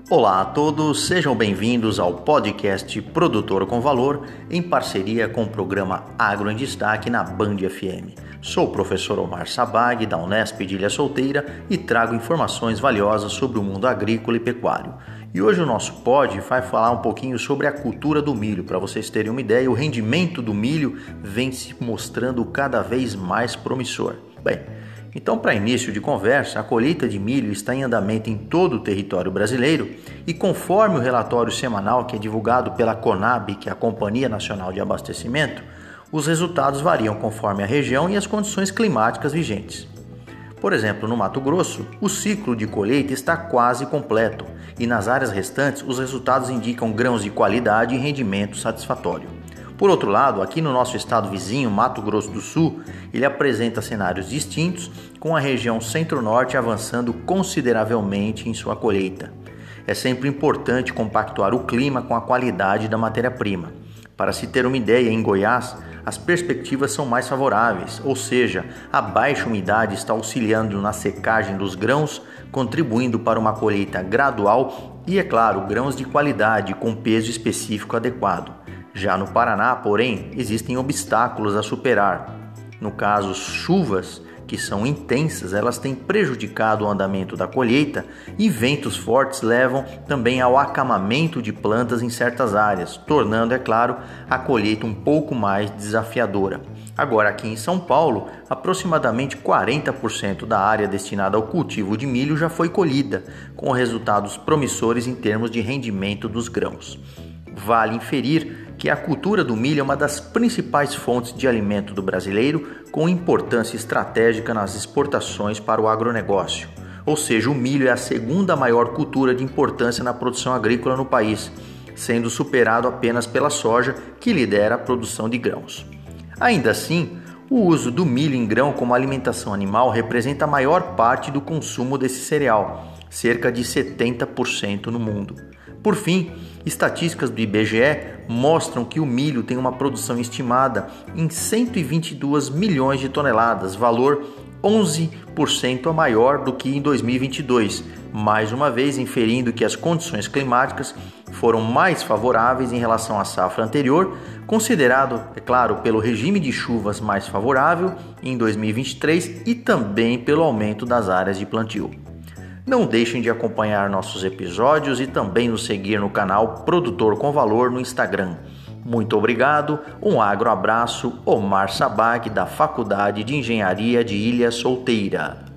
Olá a todos, sejam bem-vindos ao podcast Produtor com Valor, em parceria com o programa Agro em Destaque na Band FM. Sou o professor Omar Sabag, da Unesp de Ilha Solteira, e trago informações valiosas sobre o mundo agrícola e pecuário. E hoje o nosso pod vai falar um pouquinho sobre a cultura do milho. Para vocês terem uma ideia, o rendimento do milho vem se mostrando cada vez mais promissor. Bem, então, para início de conversa, a colheita de milho está em andamento em todo o território brasileiro e, conforme o relatório semanal que é divulgado pela Conab, que é a Companhia Nacional de Abastecimento, os resultados variam conforme a região e as condições climáticas vigentes. Por exemplo, no Mato Grosso, o ciclo de colheita está quase completo e nas áreas restantes os resultados indicam grãos de qualidade e rendimento satisfatório. Por outro lado, aqui no nosso estado vizinho, Mato Grosso do Sul, ele apresenta cenários distintos, com a região centro-norte avançando consideravelmente em sua colheita. É sempre importante compactuar o clima com a qualidade da matéria-prima. Para se ter uma ideia, em Goiás, as perspectivas são mais favoráveis, ou seja, a baixa umidade está auxiliando na secagem dos grãos, contribuindo para uma colheita gradual e, é claro, grãos de qualidade com peso específico adequado. Já no Paraná, porém, existem obstáculos a superar. No caso, chuvas que são intensas, elas têm prejudicado o andamento da colheita e ventos fortes levam também ao acamamento de plantas em certas áreas, tornando, é claro, a colheita um pouco mais desafiadora. Agora, aqui em São Paulo, aproximadamente 40% da área destinada ao cultivo de milho já foi colhida, com resultados promissores em termos de rendimento dos grãos. Vale inferir que a cultura do milho é uma das principais fontes de alimento do brasileiro, com importância estratégica nas exportações para o agronegócio. Ou seja, o milho é a segunda maior cultura de importância na produção agrícola no país, sendo superado apenas pela soja, que lidera a produção de grãos. Ainda assim, o uso do milho em grão como alimentação animal representa a maior parte do consumo desse cereal, cerca de 70% no mundo. Por fim, estatísticas do IBGE mostram que o milho tem uma produção estimada em 122 milhões de toneladas, valor 11% a maior do que em 2022, mais uma vez inferindo que as condições climáticas foram mais favoráveis em relação à safra anterior, considerado, é claro, pelo regime de chuvas mais favorável em 2023 e também pelo aumento das áreas de plantio. Não deixem de acompanhar nossos episódios e também nos seguir no canal Produtor com Valor no Instagram. Muito obrigado, um agroabraço, Omar Sabag, da Faculdade de Engenharia de Ilha Solteira.